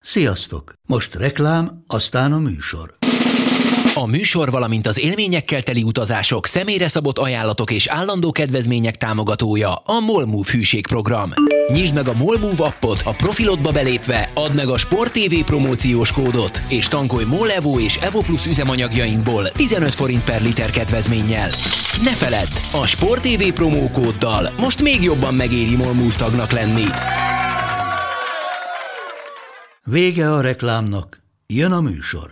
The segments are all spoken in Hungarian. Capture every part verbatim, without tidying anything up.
Sziasztok! Most reklám, aztán a műsor. A műsor, valamint az élményekkel teli utazások, személyre szabott ajánlatok és állandó kedvezmények támogatója a MOLMOVE hűségprogram. Nyisd meg a MOLMOVE appot, a profilodba belépve add meg a Sport té vé promóciós kódot, és tankolj MOL Evo és Evo Plus üzemanyagjainkból tizenöt forint per liter kedvezménnyel. Ne feledd, a Sport té vé promókóddal most még jobban megéri MOLMOVE tagnak lenni. Vége a reklámnak, jön a műsor.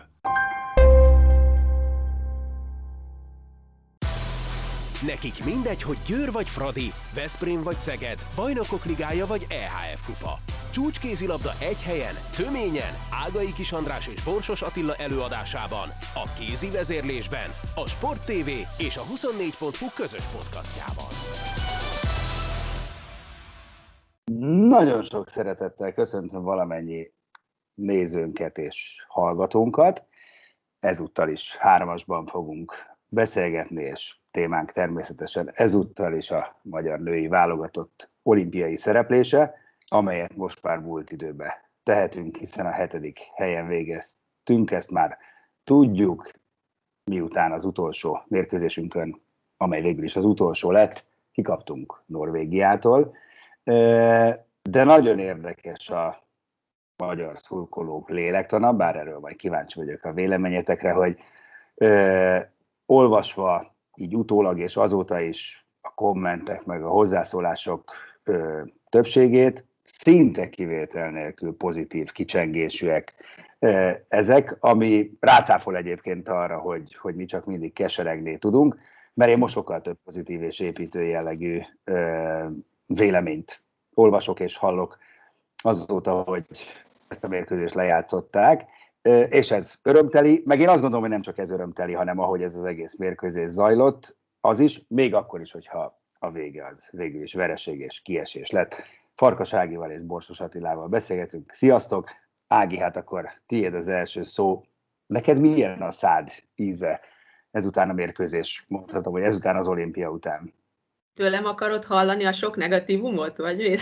Nekik mindegy, hogy Győr vagy Fradi, Veszprém vagy Szeged, Bajnokok Ligája vagy é há ef kupa. Csúcskézilabda egy helyen, töményen, Ágai Kis András és Borsos Attila előadásában, a kézi vezérlésben, a Sport té vé és a huszonnégy pont hu közös podcastjában. Nagyon sok szeretettel köszöntöm valamennyi nézőnket és hallgatónkat. Ezúttal is hármasban fogunk beszélgetni, és témánk természetesen ezúttal is a magyar női válogatott olimpiai szereplése, amelyet most már múlt időben tehetünk, hiszen a hetedik helyen végeztünk, ezt már tudjuk, miután az utolsó mérkőzésünkön, amely végül is az utolsó lett, kikaptunk Norvégiától. De nagyon érdekes a magyar szurkolók lélektana, bár erről majd kíváncsi vagyok a véleményetekre, hogy ö, olvasva így utólag és azóta is a kommentek meg a hozzászólások ö, többségét, szinte kivétel nélkül pozitív kicsengésűek ö, ezek, ami rácáfol egyébként arra, hogy, hogy mi csak mindig keseregni tudunk, mert én most sokkal több pozitív és építő jellegű ö, véleményt olvasok és hallok azóta, hogy ezt a mérkőzést lejátszották, és ez örömteli, meg én azt gondolom, hogy nem csak ez örömteli, hanem ahogy ez az egész mérkőzés zajlott, az is, még akkor is, hogyha a vége az végül is vereség és kiesés lett. Farkas Ágival és Borsos Attilával beszélgetünk. Sziasztok! Ági, hát akkor tiéd az első szó. Neked milyen a szád íze ezután a mérkőzés? Mondhatom, hogy ezután az olimpia után. Tőlem akarod hallani a sok negatívumot, vagy mit?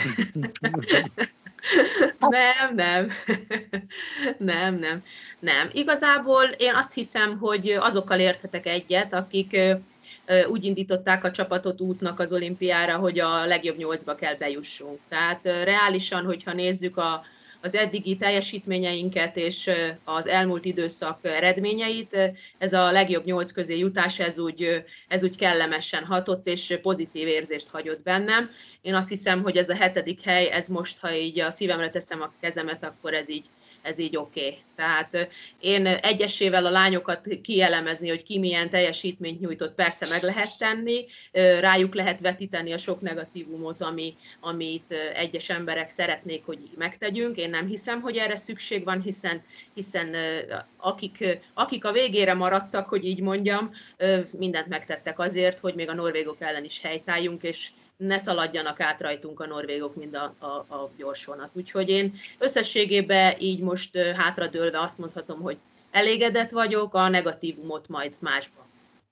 Nem, nem. nem, nem. Nem. Igazából én azt hiszem, hogy azokkal érthetek egyet, akik úgy indították a csapatot útnak az olimpiára, hogy a legjobb nyolcba kell bejussunk. Tehát reálisan, hogyha nézzük a az eddigi teljesítményeinket és az elmúlt időszak eredményeit, ez a legjobb nyolc közé jutás, ez úgy, ez úgy kellemesen hatott, és pozitív érzést hagyott bennem. Én azt hiszem, hogy ez a hetedik hely, ez most, ha így a szívemre teszem a kezemet, akkor ez így, ez így oké. Okay. Tehát én egyesével a lányokat kielemezni, hogy ki milyen teljesítményt nyújtott, persze meg lehet tenni, rájuk lehet vetíteni a sok negatívumot, ami, amit egyes emberek szeretnék, hogy megtegyünk. Én nem hiszem, hogy erre szükség van, hiszen, hiszen akik, akik a végére maradtak, hogy így mondjam, mindent megtettek azért, hogy még a norvégok ellen is helytálljunk, és ne szaladjanak át rajtunk a norvégok, mint a, a, a gyorsvonat. Úgyhogy én összességében így most hátradőlve azt mondhatom, hogy elégedett vagyok, a negatívumot majd másba.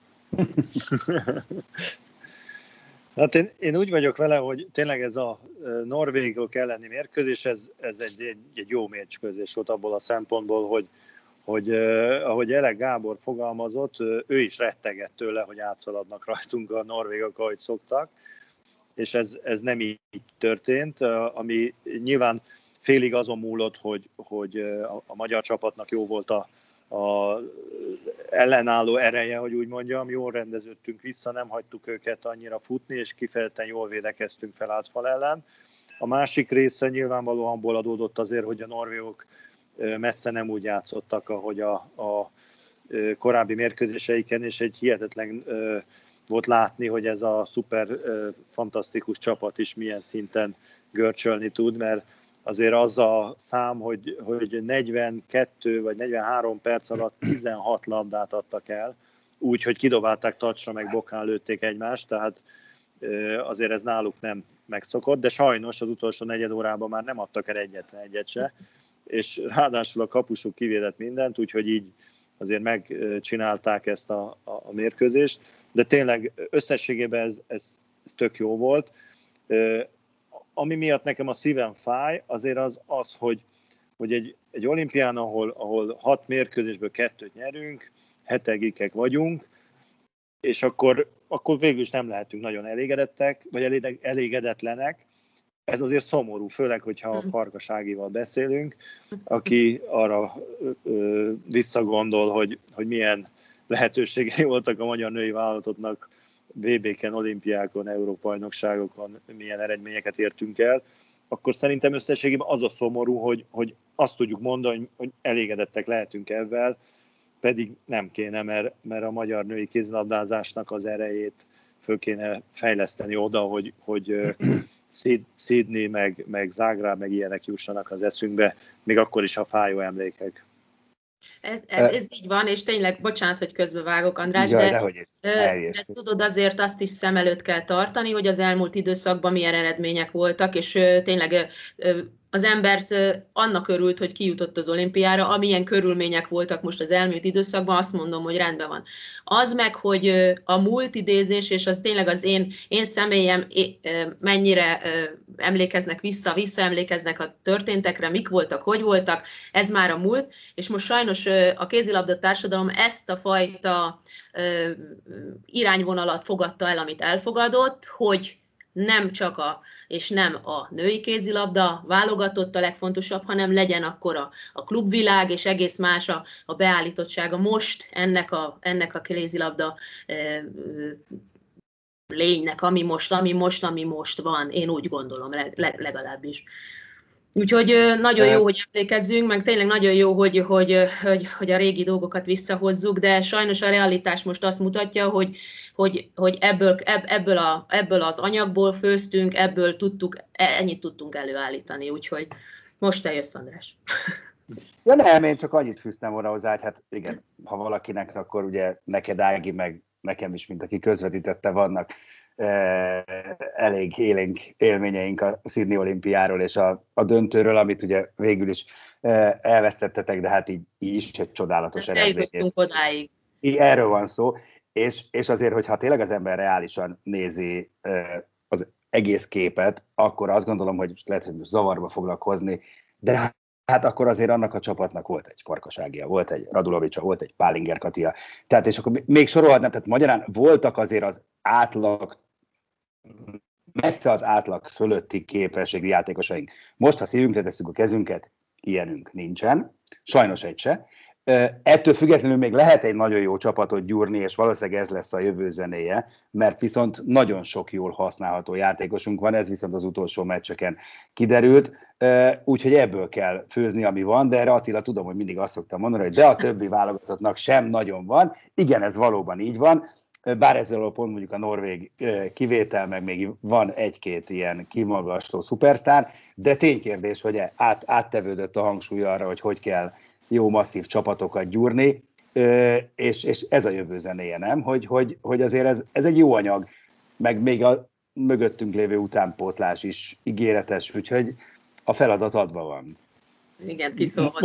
Hát én, én úgy vagyok vele, hogy tényleg ez a norvégok elleni mérkőzés, ez, ez egy, egy, egy jó mérkőzés volt abból a szempontból, hogy, hogy ahogy Elek Gábor fogalmazott, ő is rettegett tőle, hogy átszaladnak rajtunk a norvégok, ahogy szoktak. És ez, ez nem így történt, ami nyilván félig azon múlott, hogy, hogy a magyar csapatnak jó volt a, a ellenálló ereje, hogy úgy mondjam, jól rendeződtünk vissza, nem hagytuk őket annyira futni, és kifejezetten jól védekeztünk felállt fal ellen. A másik része nyilvánvalóan abból adódott azért, hogy a norvégok messze nem úgy játszottak, ahogy a, a korábbi mérkőzéseiken, és egy hihetetlen volt látni, hogy ez a szuper fantasztikus csapat is milyen szinten görcsölni tud, mert azért az a szám, hogy, hogy negyvenkettő vagy negyvenhárom perc alatt tizenhat labdát adtak el, úgy, hogy kidobálták tacsra, meg bokán lőtték egymást, tehát azért ez náluk nem megszokott, de sajnos az utolsó negyed órában már nem adtak el egyetlen egyet se, és ráadásul a kapusuk kivédett mindent, úgyhogy így azért megcsinálták ezt a, a, a mérkőzést, de tényleg összességében ez, ez, ez tök jó volt. Ami miatt nekem a szívem fáj, azért az az, hogy, hogy egy, egy olimpián, ahol, ahol hat mérkőzésből kettőt nyerünk, hetegikek vagyunk, és akkor, akkor végül is nem lehetünk nagyon elégedettek, vagy elég, elégedetlenek. Ez azért szomorú, főleg, hogyha a Farkas Ágival beszélünk, aki arra ö, visszagondol, hogy, hogy milyen lehetőségei voltak a magyar női válogatottnak vé bé-ken, olimpiákon, Európa-bajnokságokon, milyen eredményeket értünk el, akkor szerintem összességében az a szomorú, hogy, hogy azt tudjuk mondani, hogy elégedettek lehetünk ezzel, pedig nem kéne, mert, mert a magyar női kézilabdázásnak az erejét föl kéne fejleszteni oda, hogy, hogy Sydney, meg, meg Zágráb, meg ilyenek jussanak az eszünkbe, még akkor is, ha fájó emlékek. Ez, ez, ez így van, és tényleg, bocsánat, hogy közbevágok, András, Jaj, de, dehogy de, de tudod, azért azt is szem előtt kell tartani, hogy az elmúlt időszakban milyen eredmények voltak, és tényleg az ember annak örült, hogy kijutott az olimpiára, amilyen körülmények voltak most az elmúlt időszakban, azt mondom, hogy rendben van. Az meg, hogy a múlt idézés, és az tényleg az én, én személyem mennyire emlékeznek vissza, visszaemlékeznek a történtekre, mik voltak, hogy voltak, ez már a múlt, és most sajnos a kézilabda társadalom ezt a fajta irányvonalat fogadta el, amit elfogadott, hogy nem csak a, és nem a női kézilabda válogatott a legfontosabb, hanem legyen akkor a, a klubvilág, és egész más a, a beállítottsága most ennek a, ennek a kézilabda e, e, lénynek, ami most, ami most, ami most van, én úgy gondolom legalábbis. Úgyhogy nagyon jó, hogy emlékezzünk, meg tényleg nagyon jó, hogy, hogy, hogy, hogy a régi dolgokat visszahozzuk, de sajnos a realitás most azt mutatja, hogy, hogy, hogy ebből, ebből, a, ebből az anyagból főztünk, ebből tudtuk, ennyit tudtunk előállítani, úgyhogy most eljössz, András. Ja nem, én csak annyit fűztem volna hozzá, hogy hát igen, ha valakinek, akkor ugye neked, Ági, meg nekem is, mint aki közvetítette, vannak elég élénk élményeink a Sydney olimpiáról és a, a döntőről, amit ugye végül is elvesztettetek, de hát így, így is egy csodálatos eredmény. Eljutottunk odáig. Erről van szó, és, és azért, hogyha tényleg az ember reálisan nézi az egész képet, akkor azt gondolom, hogy lehet, hogy most zavarba foglak hozni, de hát akkor azért annak a csapatnak volt egy Farkas Ágia, volt egy Radulowicsa, volt egy Pálinger Katia, tehát és akkor még sorolhatnám, tehát magyarán voltak azért az átlag, messze az átlag fölötti képességű játékosaink. Most, ha szívünkre tesszük a kezünket, ilyenünk nincsen, sajnos egy se. Ettől függetlenül még lehet egy nagyon jó csapatot gyúrni, és valószínűleg ez lesz a jövő zenéje, mert viszont nagyon sok jól használható játékosunk van, ez viszont az utolsó meccseken kiderült, úgyhogy ebből kell főzni, ami van, de erre Attila tudom, hogy mindig azt szoktam mondani, hogy de a többi válogatottnak sem nagyon van. Igen, ez valóban így van, bár ezzel pont mondjuk a norvég kivétel, meg még van egy-két ilyen kimagasló szupersztár, de ténykérdés, hogy át, áttevődött a hangsúly arra, hogy hogy kell jó masszív csapatokat gyúrni, és, és ez a jövő zenéje, nem? Hogy, hogy, hogy azért ez, ez egy jó anyag, meg még a mögöttünk lévő utánpótlás is ígéretes, úgyhogy a feladat adva van. Igen, kiszólhat.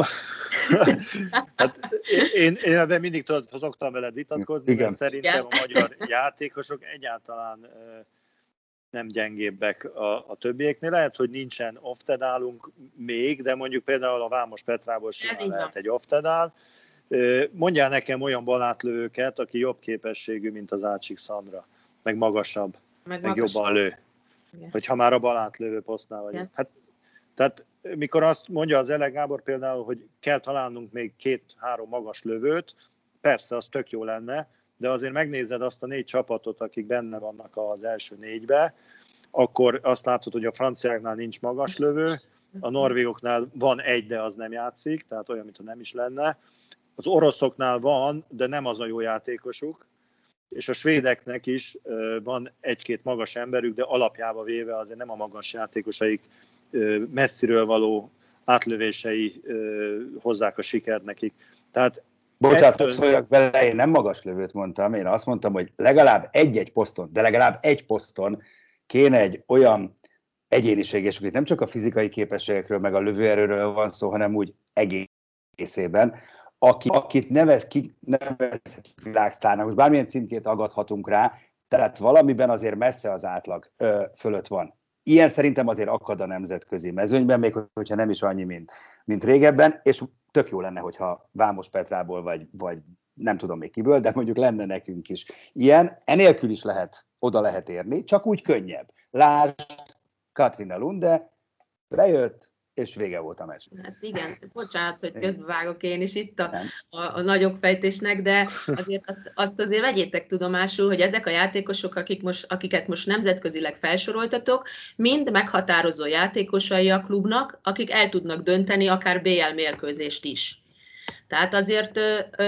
Hát én, én ebben mindig tudod, szoktam veled vitatkozni, igen, mert szerintem a magyar játékosok egyáltalán nem gyengébbek a, a többieknél. Lehet, hogy nincsen off-tedálunk még, de mondjuk például a Vámos Petrából simán lehet egy off-tedál. Mondjál nekem olyan balátlövőket, aki jobb képességű, mint az Ácsik Szandra, meg magasabb, meg, meg jobban lő. Igen. Hogyha már a balátlövő posztnál vagyunk. Hát, tehát mikor azt mondja az Ele Gábor például, hogy kell találnunk még két-három magas lövőt, persze az tök jó lenne, de azért megnézed azt a négy csapatot, akik benne vannak az első négybe, akkor azt látod, hogy a franciáknál nincs magas lövő, a norvégoknál van egy, de az nem játszik, tehát olyan, mintha nem is lenne. Az oroszoknál van, de nem az a jó játékosuk, és a svédeknek is van egy-két magas emberük, de alapjába véve azért nem a magas játékosaik messziről való átlövései hozzák a sikert nekik. Tehát bocsánat, ettől... szóljak bele, én nem magas lövőt mondtam, én azt mondtam, hogy legalább egy-egy poszton, de legalább egy poszton kéne egy olyan egyéniség, és itt nem csak a fizikai képességekről, meg a lövőerőről van szó, hanem úgy egészében, aki, akit nevez, ki, nevezhetjük világsztárnak, most bármilyen címkét agadhatunk rá, tehát valamiben azért messze az átlag ö, fölött van. ilyen szerintem azért akad a nemzetközi mezőnyben, még hogyha nem is annyi, mint, mint régebben, és tök jó lenne, hogyha Vámos Petrából, vagy, vagy nem tudom még kiből, de mondjuk lenne nekünk is ilyen. Enélkül is lehet, oda lehet érni, csak úgy könnyebb. Lásd, Katrina Lunde bejött, és vége volt a meccs. Hát igen, bocsánat, hogy közbevágok én is itt a, a, a nagyobb fejtésnek, de azért azt, azt azért vegyétek tudomásul, hogy ezek a játékosok, akik most, akiket most nemzetközileg felsoroltatok, mind meghatározó játékosai a klubnak, akik el tudnak dönteni akár bé el mérkőzést is. Tehát azért ö, ö,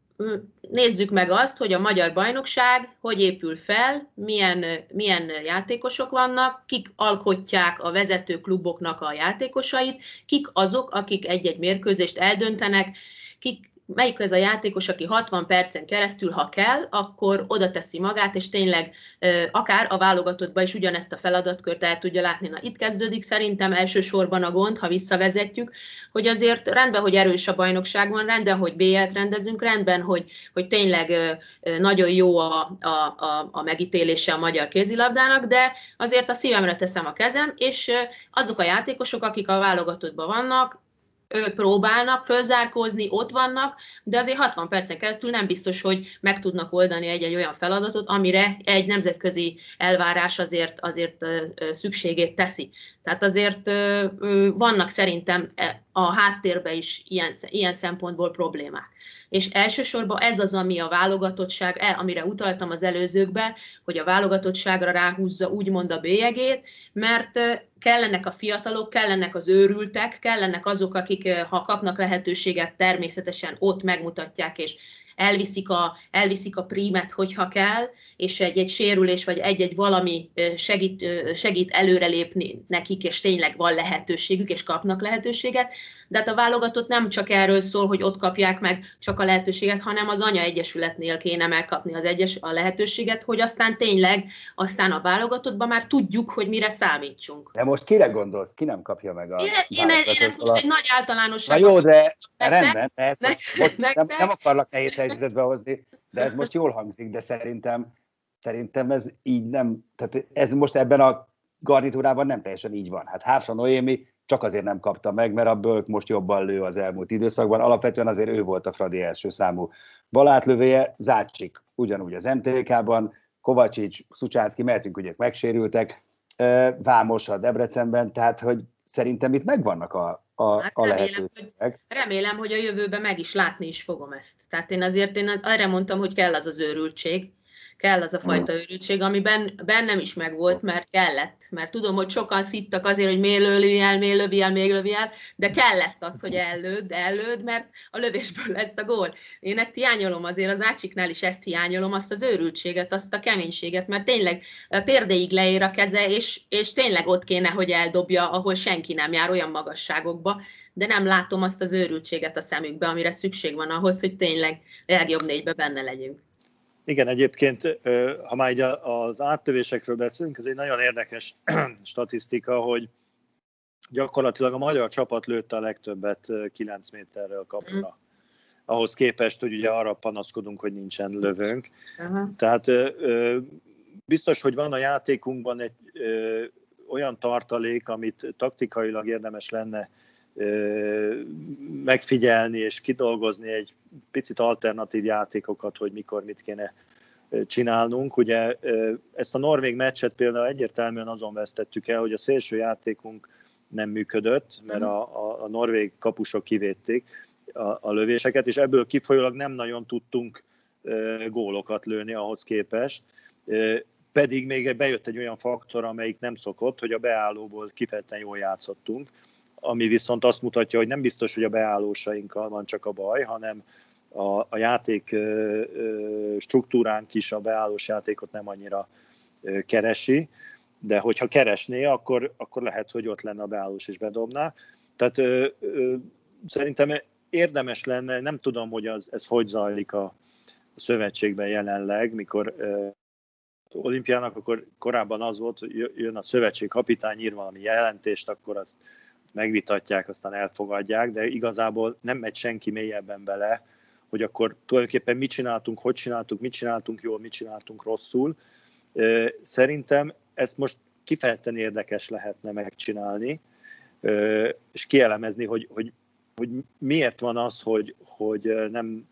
nézzük meg azt, hogy a magyar bajnokság hogy épül fel, milyen, milyen játékosok vannak, kik alkotják a vezető kluboknak a játékosait, kik azok, akik egy-egy mérkőzést eldöntenek, kik, melyik ez a játékos, aki hatvan percen keresztül, ha kell, akkor oda teszi magát, és tényleg akár a válogatottban is ugyanezt a feladatkört el tudja látni. Na, itt kezdődik szerintem elsősorban a gond, ha visszavezetjük, hogy azért rendben, hogy erős a bajnokság van, rendben, hogy bé el-t rendezünk, rendben, hogy, hogy tényleg nagyon jó a, a, a, a megítélése a magyar kézilabdának, de azért a szívemre teszem a kezem, és azok a játékosok, akik a válogatottban vannak, próbálnak fölzárkózni, ott vannak, de azért hatvan percen keresztül nem biztos, hogy meg tudnak oldani egy-egy olyan feladatot, amire egy nemzetközi elvárás azért, azért szükségét teszi. Tehát azért vannak szerintem a háttérben is ilyen, ilyen szempontból problémák. És elsősorban ez az, ami a válogatottság, amire utaltam az előzőkbe, hogy a válogatottságra ráhúzza úgymond a bélyegét, mert kellenek a fiatalok, kellenek az őrültek, kellenek azok, akik ha kapnak lehetőséget, természetesen ott megmutatják, és elviszik a, elviszik a prímet, hogyha kell, és egy-egy sérülés, vagy egy-egy valami segít, segít előrelépni nekik, és tényleg van lehetőségük, és kapnak lehetőséget. De hát a válogatott nem csak erről szól, hogy ott kapják meg csak a lehetőséget, hanem az anya egyesületnél kéne megkapni az egyes, a lehetőséget, hogy aztán tényleg, aztán a válogatottban már tudjuk, hogy mire számítsunk. De most kire gondolsz? Ki nem kapja meg a Én, én, én ezt most egy nagy általánosságban... Na jó, de nektek, rendben, mert nektek, most nem, nem akarlak nehéz helyzetbe hozni, de ez most jól hangzik, de szerintem, szerintem ez így nem, tehát ez most ebben a garnitúrában nem teljesen így van. Hát Háfra Noémi csak azért nem kapta meg, mert a Bölk most jobban lő az elmúlt időszakban. Alapvetően azért ő volt a Fradi első számú balátlövője, Zácsik ugyanúgy az em té ká-ban, Kovacsics, Szucsánszki, mehetünk, ugye megsérültek, Vámos a Debrecenben, tehát hogy szerintem itt megvannak a, a, hát a remélem, lehetőségek. Hogy, remélem, hogy a jövőben meg is látni is fogom ezt. Tehát én azért én arra mondtam, hogy kell az az őrültség, kell az a fajta őrültség, ami ben, bennem is megvolt, mert kellett. Mert tudom, hogy sokan szittak azért, hogy miért lövi el, miért lövi el, miért lövi el, de kellett az, hogy ellőd, ellőd, mert a lövésből lesz a gól. Én ezt hiányolom azért, az Ácsiknál is ezt hiányolom, azt az őrültséget, azt a keménységet, mert tényleg a térdéig leér a keze, és, és tényleg ott kéne, hogy eldobja, ahol senki nem jár olyan magasságokba, de nem látom azt az őrültséget a szemükbe, amire szükség van ahhoz, hogy tényleg legjobb négybe benne legyünk. Igen, egyébként, ha már így az áttövésekről beszélünk, ez egy nagyon érdekes statisztika, hogy gyakorlatilag a magyar csapat lőtte a legtöbbet kilenc méterről kapura. Mm. Ahhoz képest, hogy ugye arra panaszkodunk, hogy nincsen lövőnk. Uh-huh. Tehát biztos, hogy van a játékunkban egy olyan tartalék, amit taktikailag érdemes lenne megfigyelni és kidolgozni egy picit alternatív játékokat, hogy mikor mit kéne csinálnunk. Ugye ezt a norvég meccset például egyértelműen azon vesztettük el, hogy a szélső játékunk nem működött, mert a, a, a norvég kapusok kivédték a, a lövéseket, és ebből kifolyólag nem nagyon tudtunk gólokat lőni ahhoz képest. Pedig még bejött egy olyan faktor, amelyik nem szokott, hogy a beállóból kifejezetten jól játszottunk, ami viszont azt mutatja, hogy nem biztos, hogy a beállósainkkal van csak a baj, hanem a, a játék struktúránk is a beállós játékot nem annyira keresi, de hogyha keresné, akkor, akkor lehet, hogy ott lenne a beállós és bedobná. Tehát ö, ö, szerintem érdemes lenne, nem tudom, hogy az, ez hogy zajlik a, a szövetségben jelenleg, mikor ö, olimpiának, akkor korábban az volt, hogy jön a szövetség kapitány, ír valami jelentést, akkor azt megvitatják, aztán elfogadják, de igazából nem megy senki mélyebben bele, hogy akkor tulajdonképpen mit csináltunk, hogy csináltunk, mit csináltunk jól, mit csináltunk rosszul. Szerintem ezt most kifejezetten érdekes lehetne megcsinálni, és kielemezni, hogy, hogy, hogy miért van az, hogy, hogy nem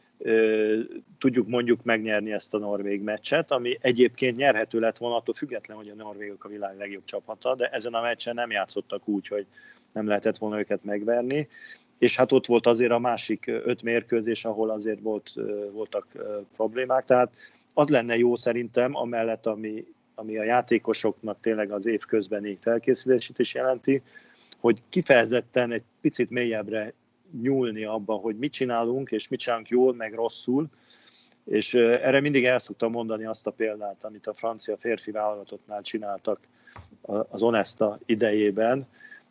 tudjuk mondjuk megnyerni ezt a norvég meccset, ami egyébként nyerhető lett volna, attól független, hogy a norvégok a világ legjobb csapata, de ezen a meccsen nem játszottak úgy, hogy nem lehetett volna őket megverni, és hát ott volt azért a másik öt mérkőzés, ahol azért volt, voltak problémák, tehát az lenne jó szerintem, amellett, ami, ami a játékosoknak tényleg az év közbeni felkészülését is jelenti, hogy kifejezetten egy picit mélyebbre nyúlni abba, hogy mit csinálunk, és mit csinálunk jól, meg rosszul, és erre mindig el szoktam mondani azt a példát, amit a francia férfi válogatottnál csináltak az Onesta idejében.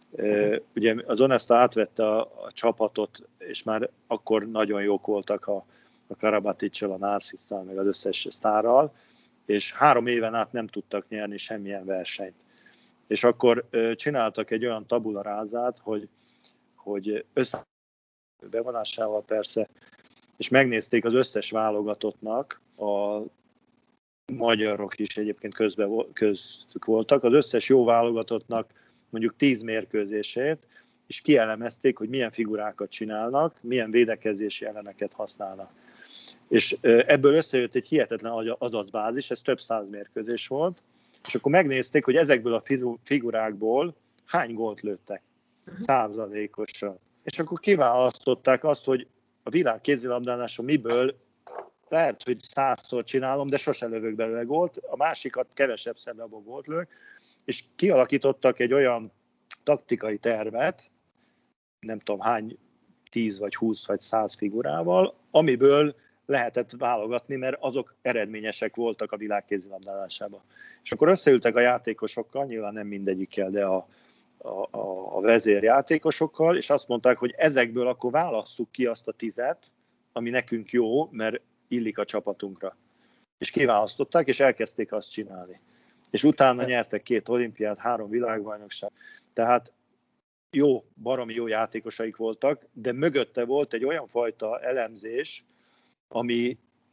Ugye az Onesta átvette a, a csapatot, és már akkor nagyon jók voltak a, a Karabatic-sal, a Narcisszal, meg az összes sztárral, és három éven át nem tudtak nyerni semmilyen versenyt. És akkor csináltak egy olyan tabula rázát, hogy, hogy össze bevonásával persze, és megnézték az összes válogatottnak, a magyarok is egyébként közben, köztük voltak, az összes jó válogatottnak mondjuk tíz mérkőzését, és kielemezték, hogy milyen figurákat csinálnak, milyen védekezési elemeket használnak. És ebből összejött egy hihetetlen adatbázis, ez több száz mérkőzés volt, és akkor megnézték, hogy ezekből a figurákból hány gólt lőttek százalékosan. És akkor kiválasztották azt, hogy a világ kézilabdálása miből lehet, hogy százszor csinálom, de sose lövök belőle gólt, a másikat kevesebb abból gólt lők, és kialakítottak egy olyan taktikai tervet, nem tudom hány, tíz vagy húsz vagy száz figurával, amiből lehetett válogatni, mert azok eredményesek voltak a világ kézilabdálásában. És akkor összeültek a játékosokkal, nyilván nem mindegyikkel, de a, a, a vezérjátékosokkal, és azt mondták, hogy ezekből akkor válasszuk ki azt a tizet, ami nekünk jó, mert illik a csapatunkra. És kiválasztották, és elkezdték azt csinálni. És utána nyertek két olimpiát, három világbajnokság. Tehát jó, baromi jó játékosaik voltak, de mögötte volt egy olyan fajta elemzés, ami,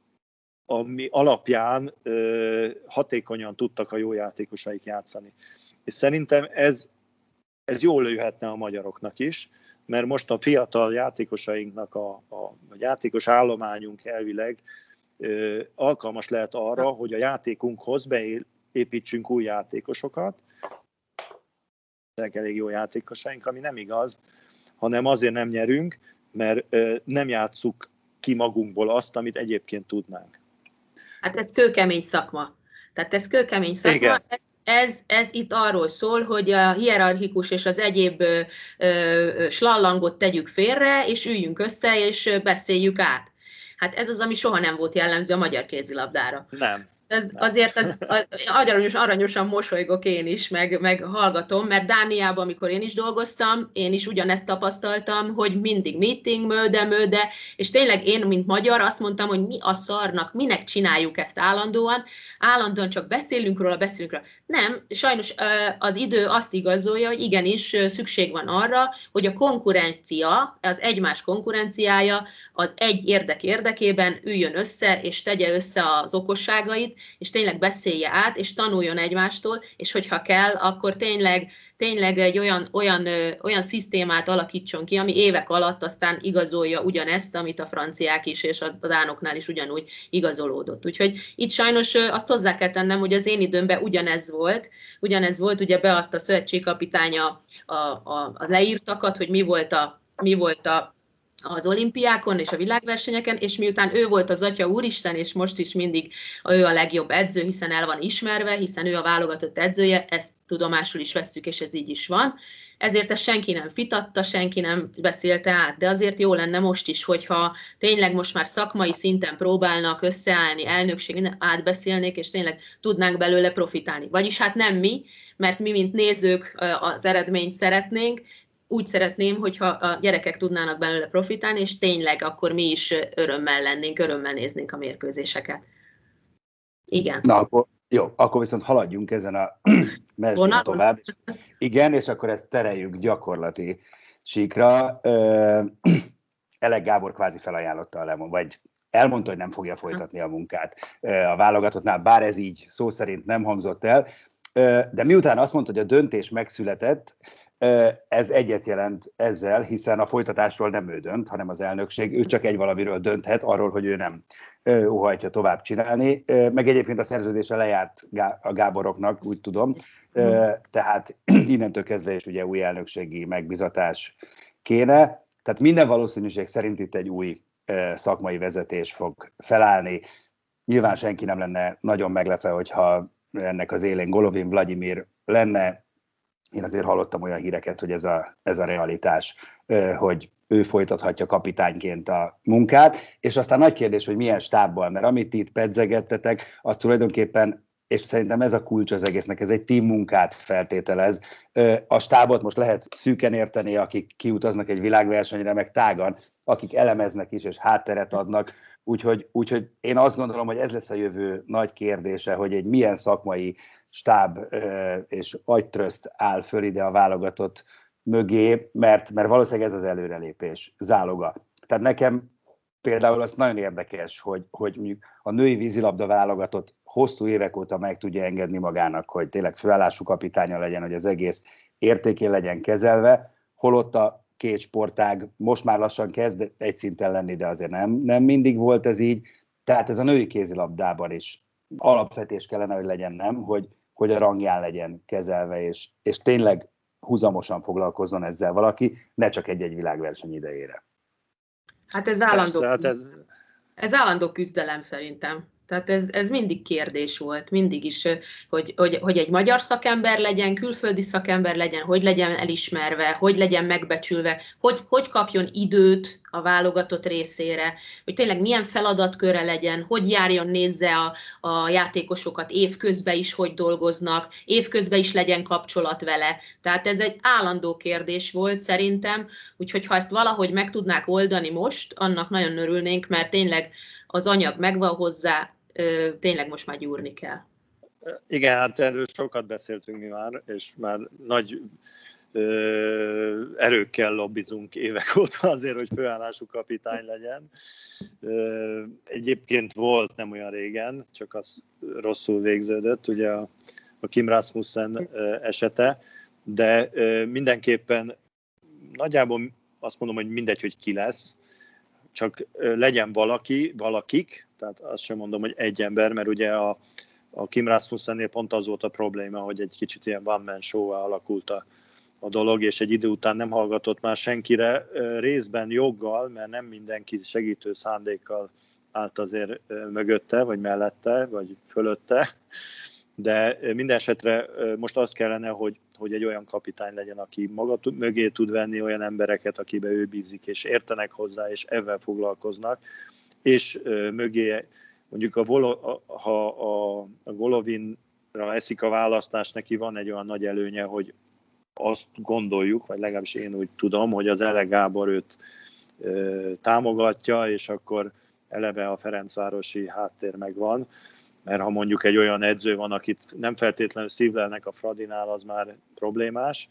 ami alapján ö, hatékonyan tudtak a jó játékosaik játszani. És szerintem ez, ez jól jöhetne a magyaroknak is, mert most a fiatal játékosainknak a, a, a játékos állományunk elvileg ö, alkalmas lehet arra, hogy a játékunkhoz beépítsünk új játékosokat, elég jó játékosaink, ami nem igaz, hanem azért nem nyerünk, mert ö, nem játsszuk ki magunkból azt, amit egyébként tudnánk. Hát ez kőkemény szakma. Tehát ez kőkemény szakma. Ez, ez itt arról szól, hogy a hierarchikus és az egyéb ö, ö, slallangot tegyük félre, és üljünk össze, és beszéljük át. Hát ez az, ami soha nem volt jellemző a magyar kézilabdára. Nem. Ez, azért ez, aranyos, aranyosan mosolygok én is, meg, meg hallgatom, mert Dániában, amikor én is dolgoztam, én is ugyanezt tapasztaltam, hogy mindig meeting, mőde, mőde, és tényleg én, mint magyar, azt mondtam, hogy mi a szarnak, minek csináljuk ezt állandóan, állandóan csak beszélünk róla, beszélünk róla. Nem, sajnos az idő azt igazolja, hogy igenis szükség van arra, hogy a konkurencia, az egymás konkurenciája az egy érdek érdekében üljön össze, és tegye össze az okosságait, és tényleg beszélje át, és tanuljon egymástól, és hogyha kell, akkor tényleg, tényleg egy olyan, olyan, ö, olyan szisztémát alakítson ki, ami évek alatt aztán igazolja ugyanezt, amit a franciák is, és a dánoknál is ugyanúgy igazolódott. Úgyhogy itt sajnos ö, azt hozzá kell tennem, hogy az én időmben ugyanez volt, ugyanez volt, ugye beadta a szövetségkapitány a, a, a, a leírtakat, hogy mi volt a, mi volt a az olimpiákon és a világversenyeken, és miután ő volt az Atya Úristen, és most is mindig ő a legjobb edző, hiszen el van ismerve, hiszen ő a válogatott edzője, ezt tudomásul is vesszük, és ez így is van. Ezért ezt senki nem fitatta, senki nem beszélte át, de azért jó lenne most is, hogyha tényleg most már szakmai szinten próbálnak összeállni, elnökség átbeszélnék, és tényleg tudnánk belőle profitálni. Vagyis hát nem mi, mert mi, mint nézők az eredményt szeretnénk, úgy szeretném, hogyha a gyerekek tudnának belőle profitálni, és tényleg akkor mi is örömmel lennénk, örömmel néznénk a mérkőzéseket. Igen. Na, akkor, jó, akkor viszont haladjunk ezen a mezőn tovább. Igen, és akkor ezt tereljük gyakorlati síkra. Elek Gábor kvázi felajánlotta a Lemon, vagy elmondta, hogy nem fogja folytatni a munkát a válogatottnál, bár ez így szó szerint nem hangzott el. de miután azt mondta, hogy a döntés megszületett, ez egyet jelent ezzel, hiszen a folytatásról nem ő dönt, hanem az elnökség. Ő csak egy valamiről dönthet, arról, hogy ő nem óhajtja tovább csinálni. Meg egyébként a szerződése lejárt a Gáboroknak, úgy tudom. Tehát innentől kezdve is ugye új elnökségi megbizatás kéne. Tehát minden valószínűség szerint itt egy új szakmai vezetés fog felállni. Nyilván senki nem lenne nagyon meglepve, hogyha ennek az élén Golovin Vladimir lenne. Én azért hallottam olyan híreket, hogy ez a, ez a realitás, hogy ő folytathatja kapitányként a munkát, és aztán nagy kérdés, hogy milyen stábbal, mert amit itt pedzegettetek, az tulajdonképpen, és szerintem ez a kulcs az egésznek, ez egy team munkát feltételez. A stábot most lehet szűken érteni, akik kiutaznak egy világversenyre, meg tágan, akik elemeznek is, és hátteret adnak, úgyhogy, úgyhogy én azt gondolom, hogy ez lesz a jövő nagy kérdése, hogy egy milyen szakmai stáb és agytröszt áll föl ide a válogatott mögé, mert, mert valószínűleg ez az előrelépés záloga. Tehát nekem például az nagyon érdekes, hogy, hogy mondjuk a női vízilabda válogatott hosszú évek óta meg tudja engedni magának, hogy tényleg főállású kapitánya legyen, hogy az egész értékén legyen kezelve, holott a két sportág most már lassan kezd egy szinten lenni, de azért nem, nem mindig volt ez így. Tehát ez a női kézilabdában is alapvetés kellene, hogy legyen, nem? Hogy, hogy a rangján legyen kezelve, és, és tényleg húzamosan foglalkozzon ezzel valaki, ne csak egy-egy világverseny idejére. Hát ez állandó, Persze, hát ez... ez állandó küzdelem szerintem. Tehát ez, ez mindig kérdés volt, mindig is, hogy, hogy, hogy egy magyar szakember legyen, külföldi szakember legyen, hogy legyen elismerve, hogy legyen megbecsülve, hogy, hogy kapjon időt a válogatott részére, hogy tényleg milyen feladatköre legyen, hogy járjon, nézze a, a játékosokat évközben is, hogy dolgoznak, évközben is legyen kapcsolat vele. Tehát ez egy állandó kérdés volt szerintem, úgyhogy ha ezt valahogy meg tudnák oldani most, annak nagyon örülnénk, mert tényleg az anyag megvan hozzá, tényleg most már gyúrni kell. Igen, hát erről sokat beszéltünk mi már, és már nagy ö, erőkkel lobbizunk évek óta azért, hogy főállású kapitány legyen. Ö, egyébként volt nem olyan régen, csak az rosszul végződött, ugye a, a Kim Rasmussen esete, de ö, mindenképpen nagyjából azt mondom, hogy mindegy, hogy ki lesz, csak legyen valaki, valakik, tehát azt sem mondom, hogy egy ember, mert ugye a, a Kim Rasmussennél pont az volt a probléma, hogy egy kicsit ilyen one-man show-vá alakult a, a dolog, és egy idő után nem hallgatott már senkire, részben joggal, mert nem mindenki segítő szándékkal állt azért mögötte, vagy mellette, vagy fölötte, de minden esetre most az kellene, hogy, hogy egy olyan kapitány legyen, aki maga mögé tud venni olyan embereket, akibe ő bízik, és értenek hozzá, és ezzel foglalkoznak, és mögé mondjuk a, Volo, ha a, a Golovinra eszik a választás, neki van egy olyan nagy előnye, hogy azt gondoljuk, vagy legalábbis én úgy tudom, hogy az Ele Gábor őt ö, támogatja, és akkor eleve a ferencvárosi háttér megvan, mert ha mondjuk egy olyan edző van, akit nem feltétlenül szívlelnek a Fradinál, az már problémás,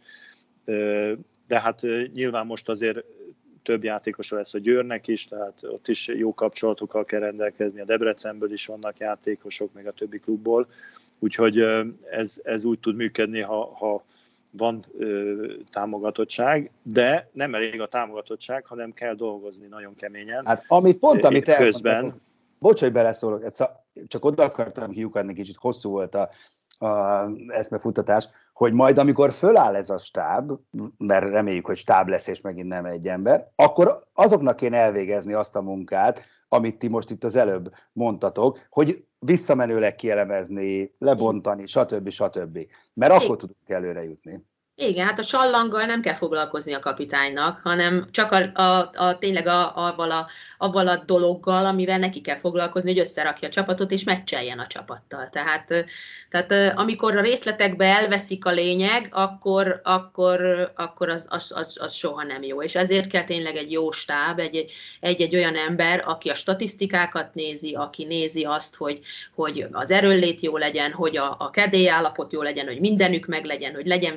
de hát nyilván most azért több játékosa lesz a Győrnek is, tehát ott is jó kapcsolatokkal kell rendelkezni, a Debrecenből is vannak játékosok, meg a többi klubból, úgyhogy ez, ez úgy tud működni, ha, ha van ö, támogatottság, de nem elég a támogatottság, hanem kell dolgozni nagyon keményen. Hát amit pont, amit közben. Bocs, hogy beleszólok, csak oda akartam kiukadni, kicsit hosszú volt a, a eszmefuttatás, hogy majd amikor föláll ez a stáb, mert reméljük, hogy stáb lesz, és megint nem egy ember, akkor azoknak kéne elvégezni azt a munkát, amit ti most itt az előbb mondtatok, hogy visszamenőleg kielemezni, lebontani, stb. stb. Mert akkor tudunk előre jutni. Igen, hát a sallanggal nem kell foglalkozni a kapitánynak, hanem csak a, a, a, tényleg a, avval, a, avval a dologgal, amivel neki kell foglalkozni, hogy összerakja a csapatot, és meccseljen a csapattal. Tehát, tehát amikor a részletekbe elveszik a lényeg, akkor, akkor, akkor az, az, az, az soha nem jó. És ezért kell tényleg egy jó stáb, egy, egy, egy olyan ember, aki a statisztikákat nézi, aki nézi azt, hogy, hogy az erőnlét jó legyen, hogy a, a kedélyállapot jó legyen, hogy mindenük meg legyen, hogy legyen vízük. Tehát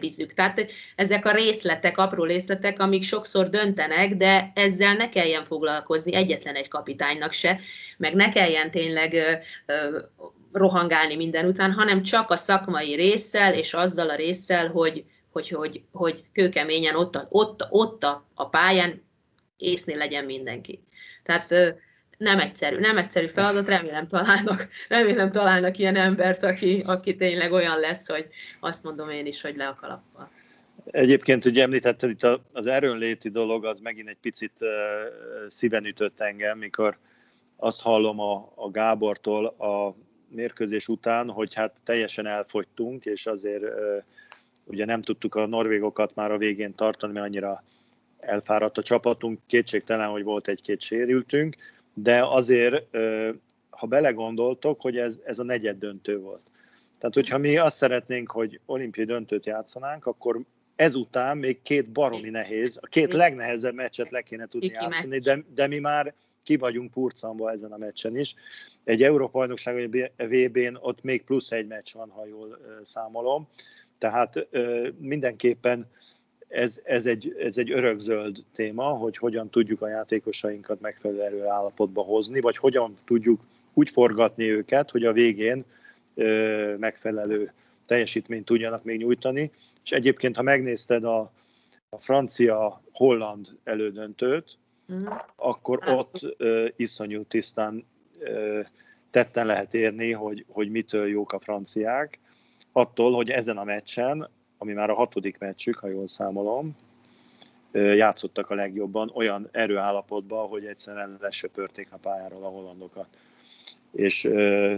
Tehát ezek a részletek, apró részletek, amik sokszor döntenek, de ezzel ne kelljen foglalkozni egyetlen egy kapitánynak se, meg ne kelljen tényleg ö, ö, rohangálni minden után, hanem csak a szakmai résszel, és azzal a résszel, hogy, hogy, hogy, hogy kőkeményen ott a, ott, ott a, a pályán észnél legyen mindenki. Tehát ö, nem egyszerű, nem egyszerű feladat, remélem találnak, remélem találnak ilyen embert, aki, aki tényleg olyan lesz, hogy azt mondom én is, hogy le a kalappal. Egyébként, ugye említetted itt az erőnléti dolog, az megint egy picit uh, szíven ütött engem, mikor azt hallom a, a Gábortól a mérkőzés után, hogy hát teljesen elfogytunk, és azért uh, ugye nem tudtuk a norvégokat már a végén tartani, mert annyira elfáradt a csapatunk, kétségtelen, hogy volt egy-két sérültünk, de azért, uh, ha belegondoltok, hogy ez, ez a negyed döntő volt. Tehát, hogyha mi azt szeretnénk, hogy olimpiai döntőt játszanánk, akkor ezután még két baromi nehéz, a két legnehezebb meccset le kéne tudni játszani, de, de mi már ki vagyunk purcanva ezen a meccsen is. Egy Európa-bajnokság vagy vé bén ott még plusz egy meccs van, ha jól számolom. Tehát mindenképpen ez, ez, egy, ez egy örökzöld téma, hogy hogyan tudjuk a játékosainkat megfelelő erőállapotba hozni, vagy hogyan tudjuk úgy forgatni őket, hogy a végén megfelelő teljesítményt tudjanak még nyújtani. És egyébként, ha megnézted a, a francia-holland elődöntőt, mm. akkor ott uh, iszonyú tisztán uh, tetten lehet érni, hogy, hogy mitől jók a franciák, attól, hogy ezen a meccsen, ami már a hatodik meccsük, ha jól számolom, uh, játszottak a legjobban olyan erőállapotban, hogy egyszerűen lesöpörték a pályáról a hollandokat. És uh,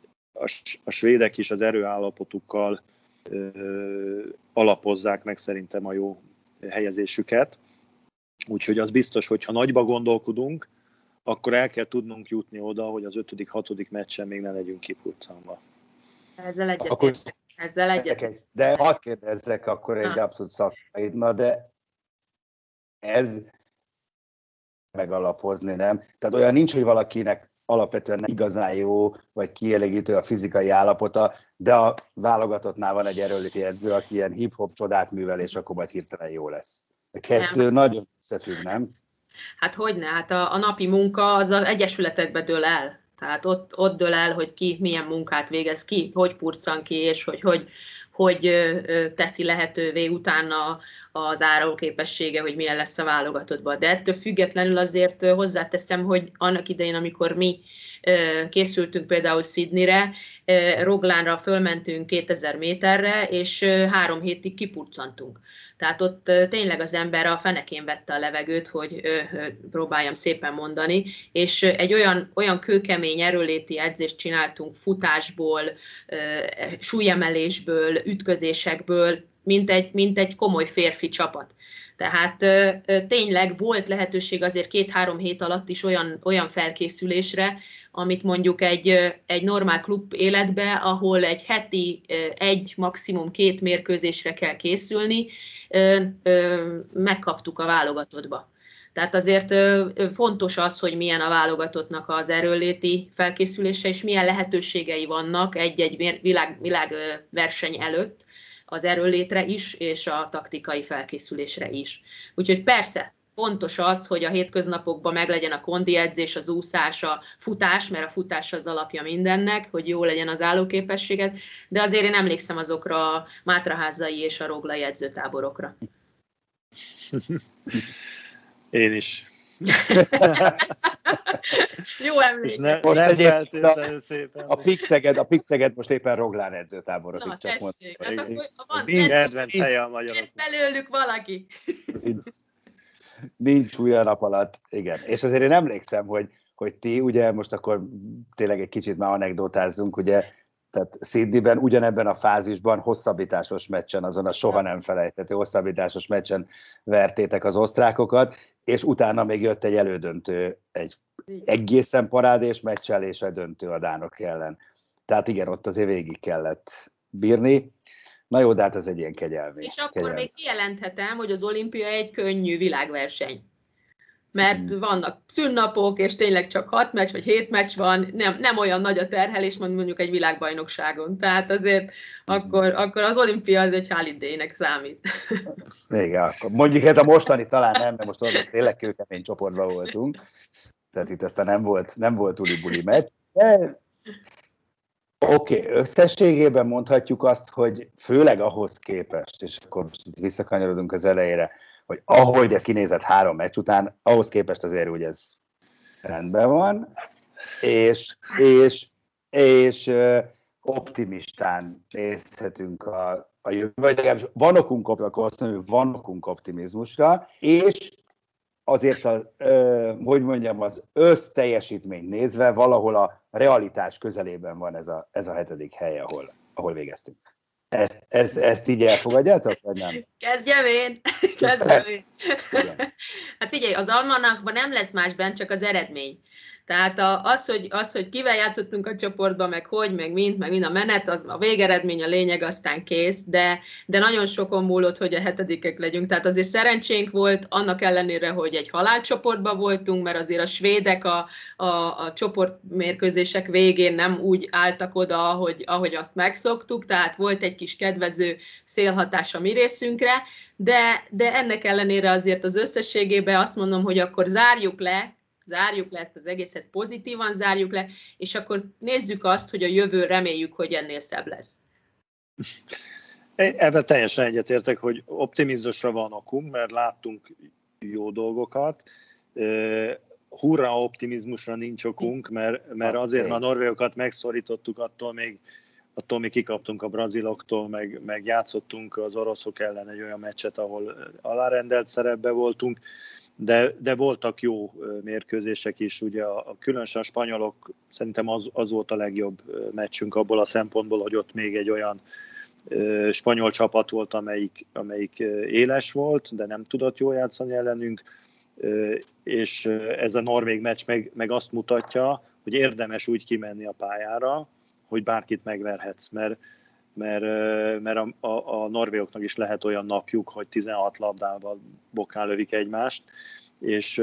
a svédek is az erőállapotukkal ö, alapozzák meg szerintem a jó helyezésüket. Úgyhogy az biztos, hogy ha nagyba gondolkodunk, akkor el kell tudnunk jutni oda, hogy az ötödik, hatodik meccsen még ne legyünk kipurcanva. Ezzel egyet. Akkor, Ezzel egyet. De hadd kérdezzek akkor egy abszolút szakmait, na de ez megalapozni, nem? Tehát olyan nincs, hogy valakinek alapvetően nem igazán jó, vagy kielégítő a fizikai állapota, de a válogatottnál van egy erőléti edző, aki ilyen hip-hop csodát művel, és akkor majd hirtelen jó lesz. A kettő nem. Nagyon összefügg, nem? Hát hogyne, hát a, a napi munka az az egyesületekbe dől el. Tehát ott, ott dől el, hogy ki milyen munkát végez, ki hogy purcan ki, és hogy, hogy, hogy teszi lehetővé utána az árulóképessége, hogy milyen lesz a válogatottban. De ettől függetlenül azért hozzáteszem, hogy annak idején, amikor mi készültünk például Sydneyre, Roglánra fölmentünk kétezer méterre, és három hétig kipurcantunk. Tehát ott tényleg az ember a fenekén vette a levegőt, hogy próbáljam szépen mondani, és egy olyan, olyan kőkemény erőléti edzést csináltunk futásból, súlyemelésből, ütközésekből, mint egy, mint egy komoly férfi csapat. Tehát tényleg volt lehetőség azért két-három hét alatt is olyan, olyan felkészülésre, amit mondjuk egy, egy normál klub életbe, ahol egy heti egy, maximum két mérkőzésre kell készülni, megkaptuk a válogatottba. Tehát azért fontos az, hogy milyen a válogatottnak az erőnléti felkészülése, és milyen lehetőségei vannak egy-egy világ, világverseny előtt az erőnlétre is, és a taktikai felkészülésre is. Úgyhogy persze, fontos az, hogy a hétköznapokban meglegyen a kondi edzés, az úszás, a futás, mert a futás az alapja mindennek, hogy jó legyen az állóképességet, de azért én emlékszem azokra a mátraházai és a roglai edzőtáborokra. Én is. Jó emlék. Ne, most nem feltétlenül szépen. A Pixeged, a Pixeged most éppen Roglán edzőtáborozik. Na, csak tessék, hát akkor van kedvenc helye a magyarok. Ezt belőlük valaki. Nincs, nincs új a nap alatt, igen. És azért én emlékszem, hogy, hogy ti, ugye most akkor tényleg egy kicsit már anekdotázzunk, ugye, tehát Sydneyben ugyanebben a fázisban hosszabbításos meccsen, azon a soha nem felejthető hosszabbításos meccsen vertétek az osztrákokat, és utána még jött egy elődöntő, egy egészen parádés meccsel, és egy döntő a dánok ellen. Tehát igen, ott azért végig kellett bírni. Na jó, de hát ez egy ilyen kegyelmi. És akkor kegyelmi. még kijelenthetem, hogy az olimpia egy könnyű világverseny. mert vannak szünnapok, és tényleg csak hat meccs, vagy hét meccs van, nem, nem olyan nagy a terhelés, mondjuk egy világbajnokságon. Tehát azért akkor, akkor az olimpia az egy holiday-nek számít. Igen, akkor mondjuk ez a mostani talán nem, mert most az tényleg kőkemény csoportban voltunk, tehát itt aztán nem volt, nem volt tuli-buli meccs, de oké, okay, összességében mondhatjuk azt, hogy főleg ahhoz képest, és akkor most itt visszakanyarodunk az elejére, hogy ahogy ez kinézett három meccs után, ahhoz képest azért úgy ez rendben van, és, és, és optimistán nézhetünk a, a jövő, vagy legalábbis van okunk, akkor azt mondom, hogy van okunk optimizmusra, és azért, a, ö, hogy mondjam, az összteljesítményt nézve valahol a realitás közelében van ez a, ez a hetedik hely, ahol, ahol végeztünk. Ezt, ezt, ezt így elfogadjátok, vagy nem? Kezdjem én! Kezdjem én! Hát figyelj, az almanakban nem lesz más bent, csak az eredmény. Tehát az, hogy, az, hogy kivel játszottunk a csoportban, meg hogy, meg mint, meg mind a menet, az a végeredmény, a lényeg, aztán kész, de, de nagyon sokon múlott, hogy a hetedikek legyünk. Tehát azért szerencsénk volt, annak ellenére, hogy egy halálcsoportban voltunk, mert azért a svédek a, a, a csoportmérkőzések végén nem úgy álltak oda, ahogy, ahogy azt megszoktuk, tehát volt egy kis kedvező szélhatás a mi részünkre, de, de ennek ellenére azért az összességében azt mondom, hogy akkor zárjuk le, zárjuk le ezt az egészet, pozitívan zárjuk le, és akkor nézzük azt, hogy a jövő reméljük, hogy ennél szebb lesz. Ebben teljesen egyetértek, hogy optimizmusra van okunk, mert láttunk jó dolgokat. Hurra optimizmusra nincs okunk, mert, mert azért, mert a norvégokat megszorítottuk, attól még, attól még kikaptunk a braziloktól, meg, meg játszottunk az oroszok ellen egy olyan meccset, ahol alárendelt szerepben voltunk. De, de voltak jó mérkőzések is, ugye a, a különösen a spanyolok, szerintem az, az volt a legjobb meccsünk abból a szempontból, hogy ott még egy olyan ö, spanyol csapat volt, amelyik, amelyik éles volt, de nem tudott jól játszani ellenünk, ö, és ez a norvég meccs meg, meg azt mutatja, hogy érdemes úgy kimenni a pályára, hogy bárkit megverhetsz, mert mert, mert a, a, a norvégoknak is lehet olyan napjuk, hogy tizenhat labdával bokán lövik egymást, és,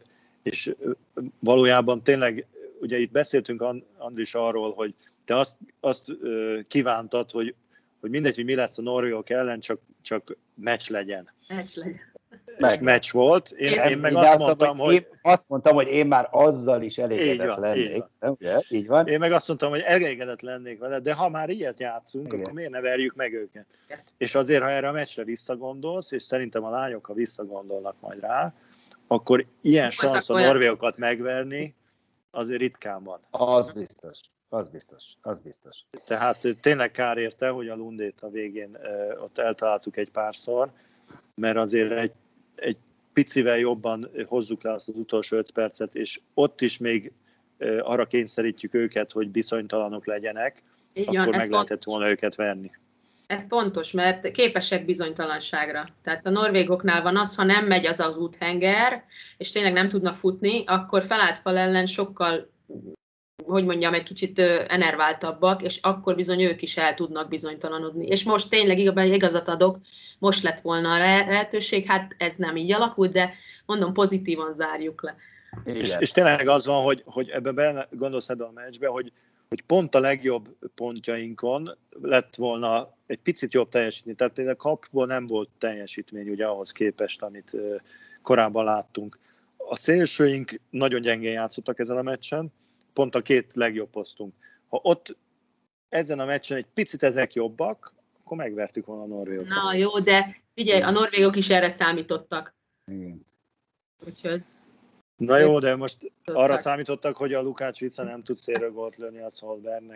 és valójában tényleg, ugye itt beszéltünk Andris arról, hogy te azt, azt kívántad, hogy, hogy mindegy, hogy mi lesz a norvégok ellen, csak, csak meccs legyen. Meccs legyen. És meccs volt. Én, én, én meg azt, azt mondtam, hogy... Én azt mondtam, hogy én már azzal is elégedett van, lennék. Így van. Ugye? Így van. Én meg azt mondtam, hogy elégedett lennék vele, de ha már ilyet játszunk, igen, akkor miért ne verjük meg őket? Igen. És azért, ha erre a meccsre visszagondolsz, és szerintem a lányok, ha visszagondolnak majd rá, akkor ilyen szansz a norvégokat megverni azért ritkán van. Az biztos. Az biztos, az biztos. Tehát tényleg kár érte, hogy a Lundét a végén ott eltaláltuk egy párszor, mert azért egy egy picivel jobban hozzuk le azt az utolsó öt percet, és ott is még arra kényszerítjük őket, hogy bizonytalanok legyenek, így akkor van, meg lehetett volna őket verni. Ez fontos, mert képesek bizonytalanságra. Tehát a norvégoknál van az, ha nem megy az az úthenger, és tényleg nem tudnak futni, akkor felállt fal ellen sokkal, hogy mondjam, egy kicsit enerváltabbak, és akkor bizony ők is el tudnak bizonytalanodni. És most tényleg igazat adok, most lett volna a lehetőség, hát ez nem így alakult, de mondom, pozitívan zárjuk le. És, és tényleg az van, hogy, hogy ebben gondolsz ebben a meccsben, hogy, hogy pont a legjobb pontjainkon lett volna egy picit jobb teljesítmény. Tehát például kapból nem volt teljesítmény ugye ahhoz képest, amit korábban láttunk. A szélsőink nagyon gyengén játszottak ezen a meccsen, pont a két legjobb posztunk. Ha ott ezen a meccsen egy picit ezek jobbak, akkor megvertük volna a norvégokat. Na jó, de figyelj, a norvégok is erre számítottak. Igen. Úgyhogy... Na jó, de most arra számítottak, hogy a Lukács Vica nem tud szélről gólt lőni a Szolbergnek.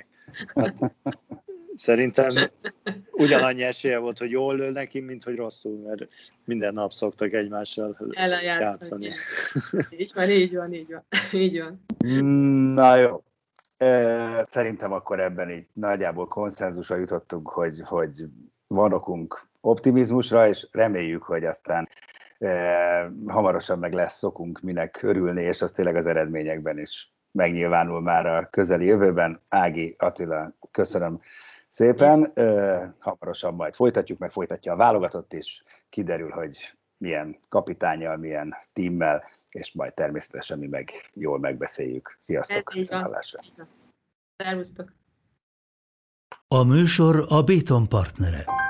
Szerintem ugyanannyi esélye volt, hogy jól lő neki, mint hogy rosszul, mert minden nap szoktak egymással játszani. Így van, így van, így van. Így van. Na jó. Szerintem akkor ebben így nagyjából konszenzusra jutottunk, hogy, hogy van okunk optimizmusra, és reméljük, hogy aztán eh, hamarosan meg lesz szokunk minek örülni, és az tényleg az eredményekben is megnyilvánul már a közeli jövőben. Ági, Attila, köszönöm szépen. Eh, hamarosan majd folytatjuk, meg folytatja a válogatott is. Kiderül, hogy milyen kapitánnyal, milyen tímmel és majd természetesen mi meg jól megbeszéljük. Sziasztok! Viszontlátásra! Szervusztok! A műsor a Béton partnere.